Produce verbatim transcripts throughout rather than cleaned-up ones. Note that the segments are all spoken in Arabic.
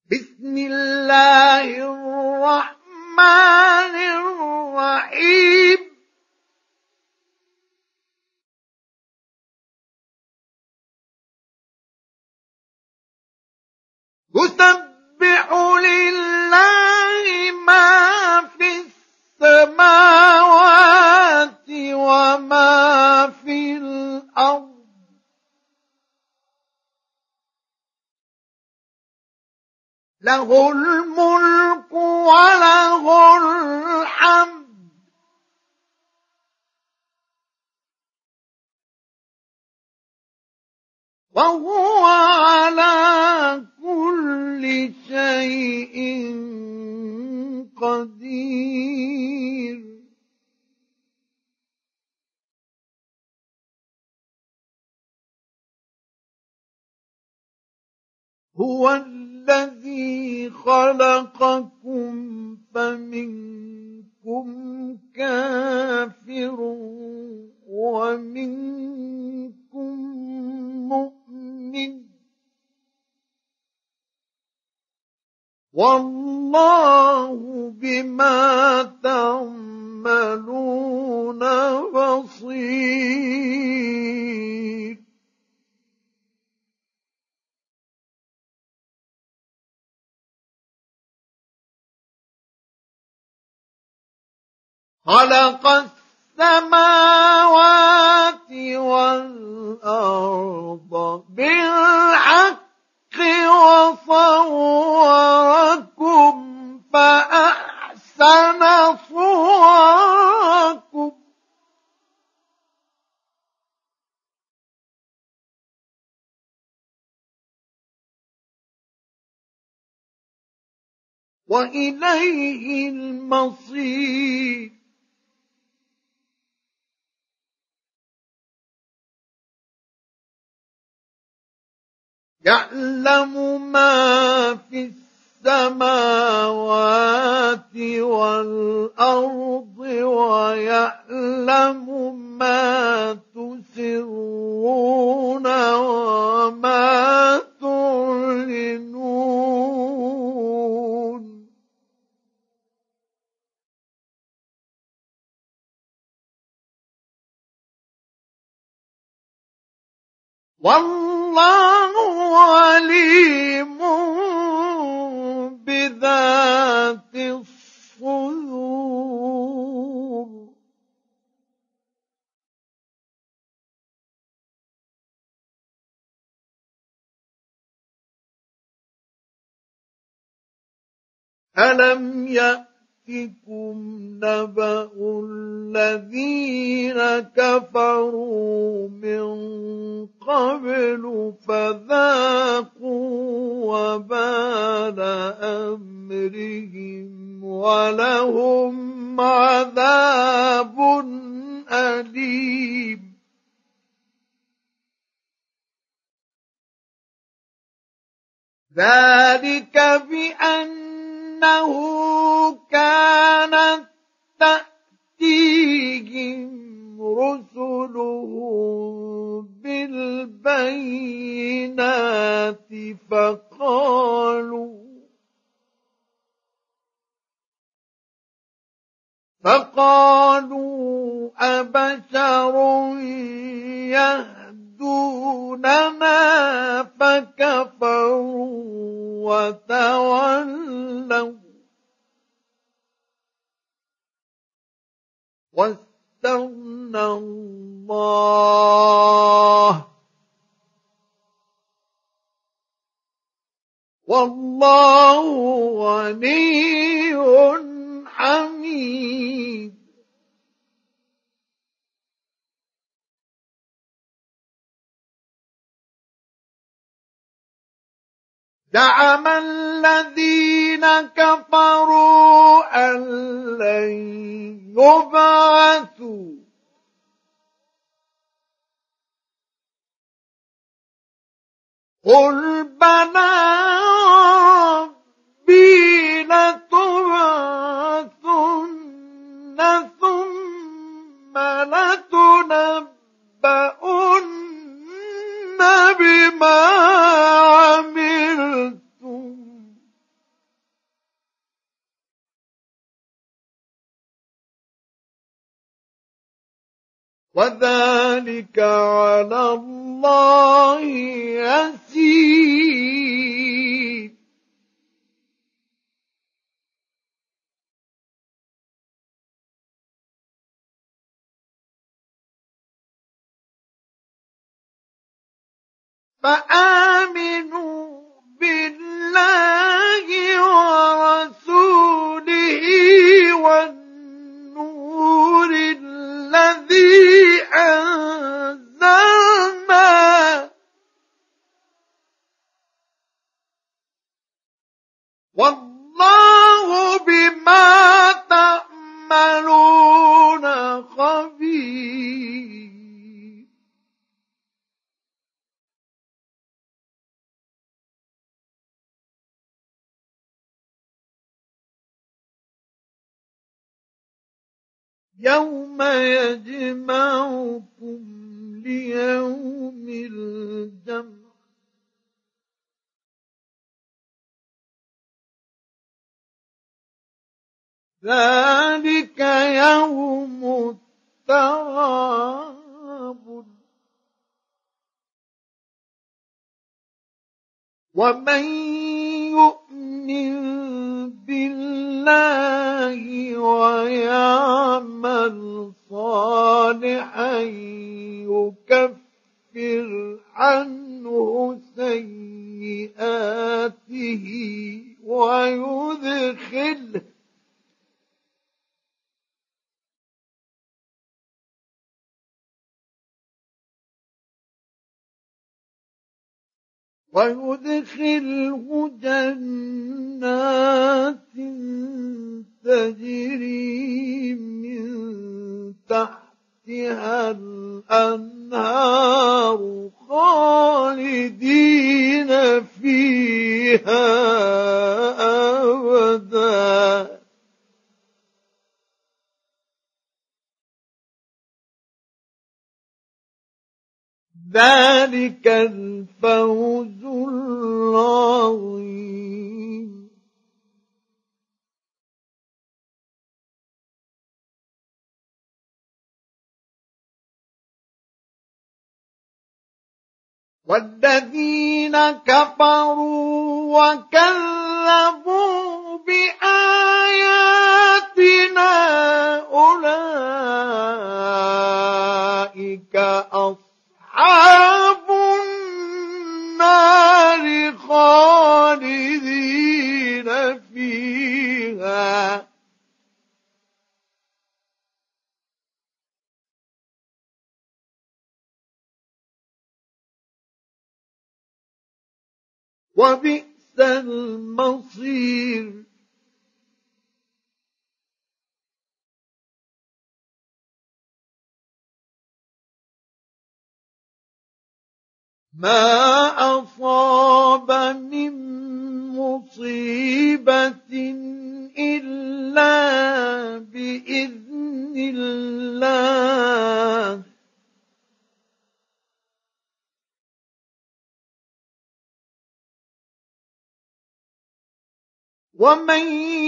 بسم الله الرحمن الرحيم يسبح لله ما في السماوات وما في الأرض له الملك وله الحمد وهو على كل شيء قدير هو الذي خلقكم فمنكم كافر ومنكم مؤمن والله بما تعملون بصير خلق السماوات والأرض بالحق وصوركم فأحسن صوركم وإليه المصير يعلم ما في السماوات والأرض ويعلم ما تسرون وما تعلنون والله عليم بذات الصدور ألم يأتكم نبأ الذين كفروا من قبل فذاقوا وبال أمرهم ولهم عذاب أليم ذلك بأنه كانت تأتيهم رسلهم بالبينات فقالوا فقالوا أبشر يهدوننا فكفروا وتولوا واستغنى الله والله غني حميد زعم الذين كفروا أن لن يبعثوا قل بلى ربي لتبعثن ثم لتنبؤن بما عملتم وذلك على الله يسير. فآمنوا بالله ورسوله والنور الذي أنزلنا والله بما تعملون خبير. يوم يجمعكم ليوم الجمع ذلك يوم التغابن ومن يؤمن بالله ويعمل صالحا يكفر عنه سيئاته ويدخله ويدخله جنات تجري من تحتها الأنهار خالدين فيها أبدا. ذلك الفوز العظيم. والذين كفروا وكذبوا بآياتنا أولئك أصحاب النار خالدين فيها وبئس المصير. ما أصاب من مصيبة إلا بإذن الله ومن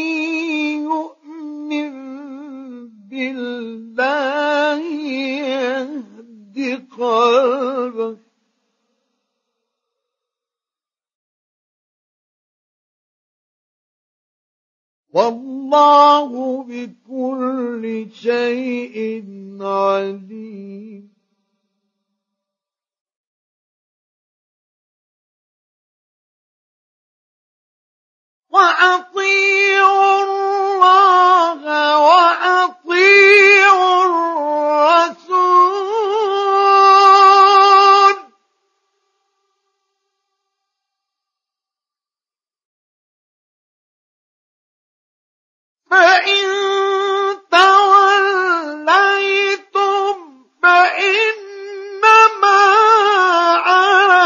يؤمن بالله يهد قلبه والله بكل شيء عليم. وأطيعوا الله وأطيعوا الرسول فإن توليتم فإنما على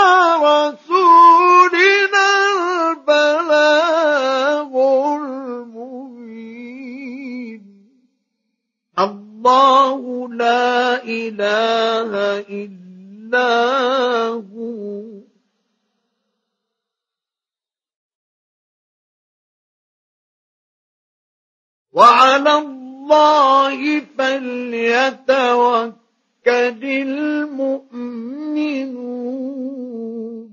رسولنا البلاغ المبين. الله لا إله إلا هو وعلى الله فليتوكل المؤمنون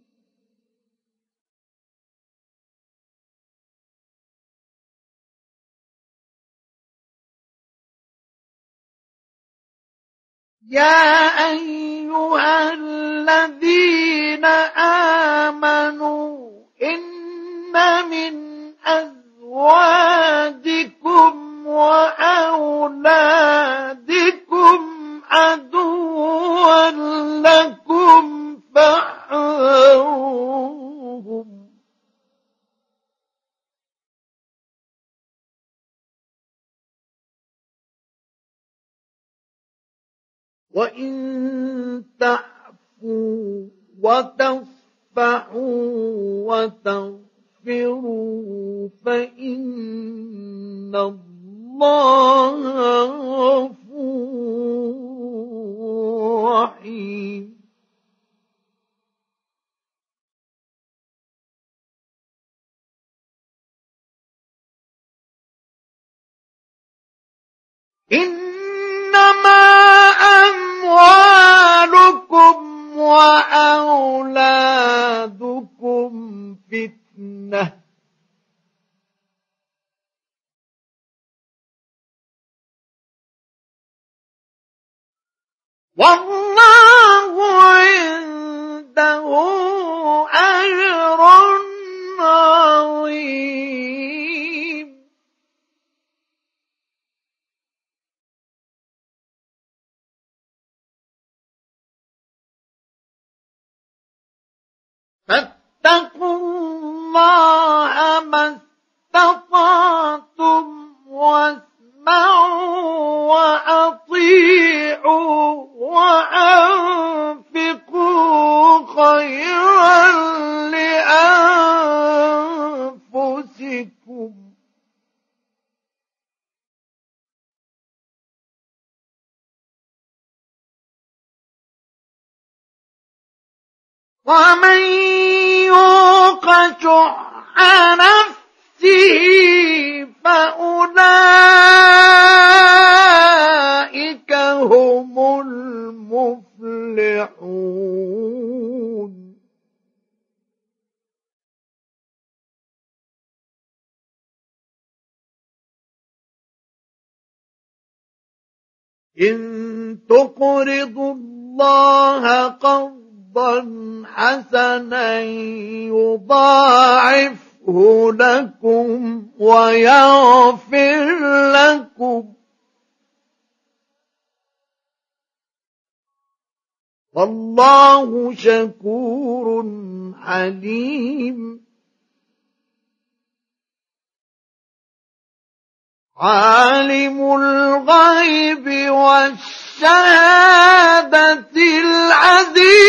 يا أيها الذين آمنوا إن من أزواجكم وأولادكم عدوا لكم فاحذروهم وإن تعفوا وتصفحوا وتغفروا فإن الله غفور رحيم إنما أموالكم وأولادكم فتنة والله عنده أجر عظيم فاتقوا الله ما استطعتم واسمعوا وأطيعوا وأنفقوا خيرا لأنفسكم ومن يوق شح نفسه فأولئك هم المفلحون إن تقرضوا الله قرضا حسنا يضاعفه لكم ويغفر لكم والله شكور حليم عالم الغيب والشهادة العزيز